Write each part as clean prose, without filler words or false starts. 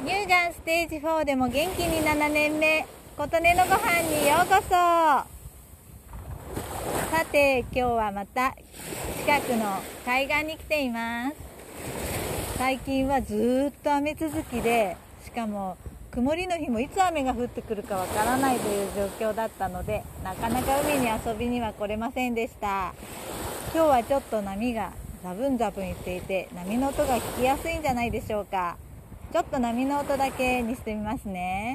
乳がんステージ4でも元気に7年目、琴音のご飯にようこそ。さて、今日はまた近くの海岸に来ています。最近はずーっと雨続きで、しかも曇りの日もいつ雨が降ってくるかわからないという状況だったので、なかなか海に遊びには来れませんでした。今日はちょっと波がザブンザブン言っていて、波の音が聞きやすいんじゃないでしょうか。ちょっと波の音だけにしてみますね。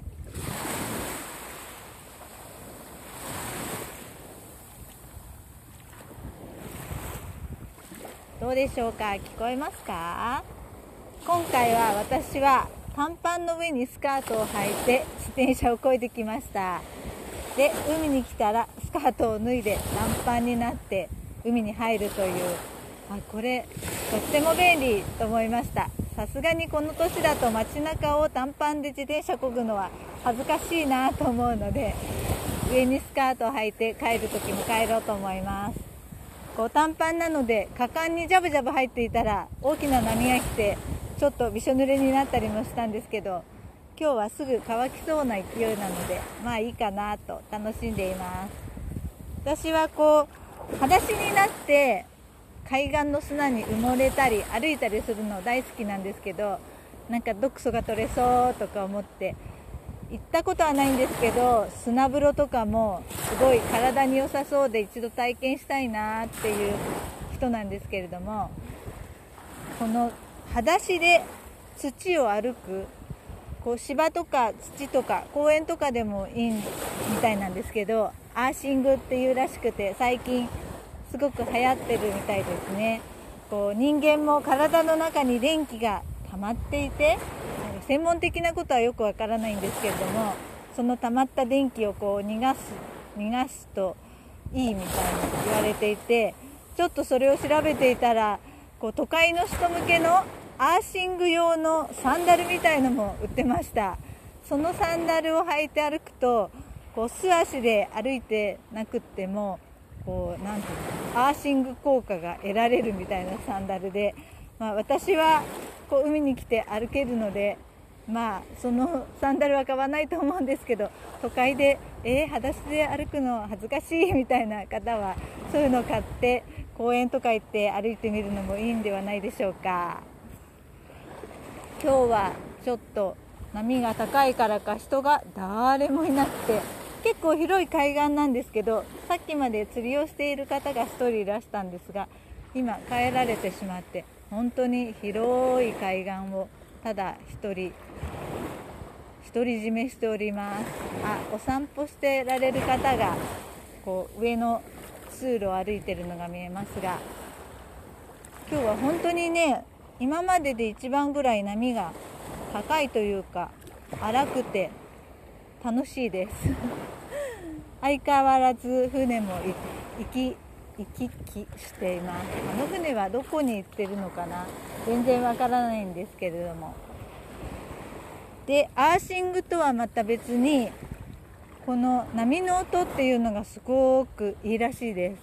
どうでしょうか、聞こえますか？今回は私は短パンの上にスカートを履いて自転車を漕いできました。で、海に来たらスカートを脱いで短パンになって海に入るという、これとっても便利と思いました。さすがにこの年だと街中を短パンで自転車漕ぐのは恥ずかしいなと思うので、上にスカートを履いて帰る時も帰ろうと思います。短パンなので果敢にジャブジャブ入っていたら大きな波が来てちょっとびしょ濡れになったりもしたんですけど、今日はすぐ乾きそうな勢いなのでまあいいかなと楽しんでいます。私は裸足になって海岸の砂に埋もれたり歩いたりするの大好きなんですけど、なんか毒素が取れそうとか思って行ったことはないんですけど、砂風呂とかもすごい体に良さそうで一度体験したいなっていう人なんですけれども、この裸足で土を歩く、芝とか土とか公園とかでもいいみたいなんですけど、アーシングっていうらしくて最近すごく流行ってるみたいですね。人間も体の中に電気が溜まっていて、専門的なことはよくわからないんですけれども、その溜まった電気を逃がすといいみたいに言われていて、ちょっとそれを調べていたら都会の人向けのアーシング用のサンダルみたいのも売ってました。そのサンダルを履いて歩くと素足で歩いてなくってもなんていうの、アーシング効果が得られるみたいなサンダルで、私は海に来て歩けるので、そのサンダルは買わないと思うんですけど、都会で裸足で歩くの恥ずかしいみたいな方はそういうのを買って公園とか行って歩いてみるのもいいんではないでしょうか。今日はちょっと波が高いからか人が誰もいなくて、結構広い海岸なんですけど、さっきまで釣りをしている方が1人いらしたんですが、今帰られてしまって、本当に広い海岸をただ独り占めしております。お散歩してられる方が上の通路を歩いてるのが見えますが、今日は本当にね、今までで一番ぐらい波が高いというか荒くて楽しいです相変わらず船も行き来しています。あの船はどこに行ってるのかな、全然わからないんですけれども。で、アーシングとはまた別にこの波の音っていうのがすごくいいらしいです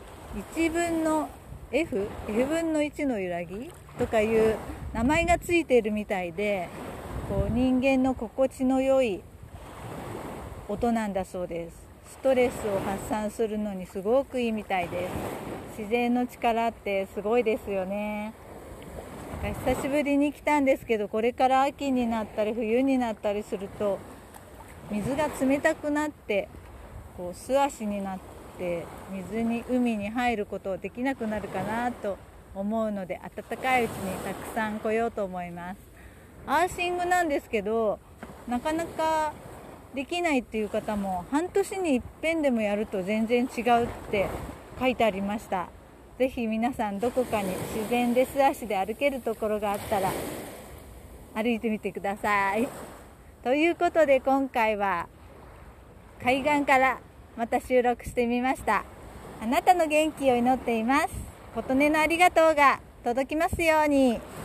。1分の F 分の1の揺らぎとかいう名前がついているみたいで、人間の心地の良い音なんだそうです。ストレスを発散するのにすごくいいみたいです。自然の力ってすごいですよね。久しぶりに来たんですけど、これから秋になったり冬になったりすると水が冷たくなって素足になって海に入ることできなくなるかなと思うので、暖かいうちにたくさん来ようと思います。アーシングなんですけど、なかなかできないっていう方も半年に一遍でもやると全然違うって書いてありました。ぜひ皆さんどこかに自然で素足で歩けるところがあったら歩いてみてください。ということで今回は海岸からまた収録してみました。あなたの元気を祈っています。琴音のありがとうが届きますように。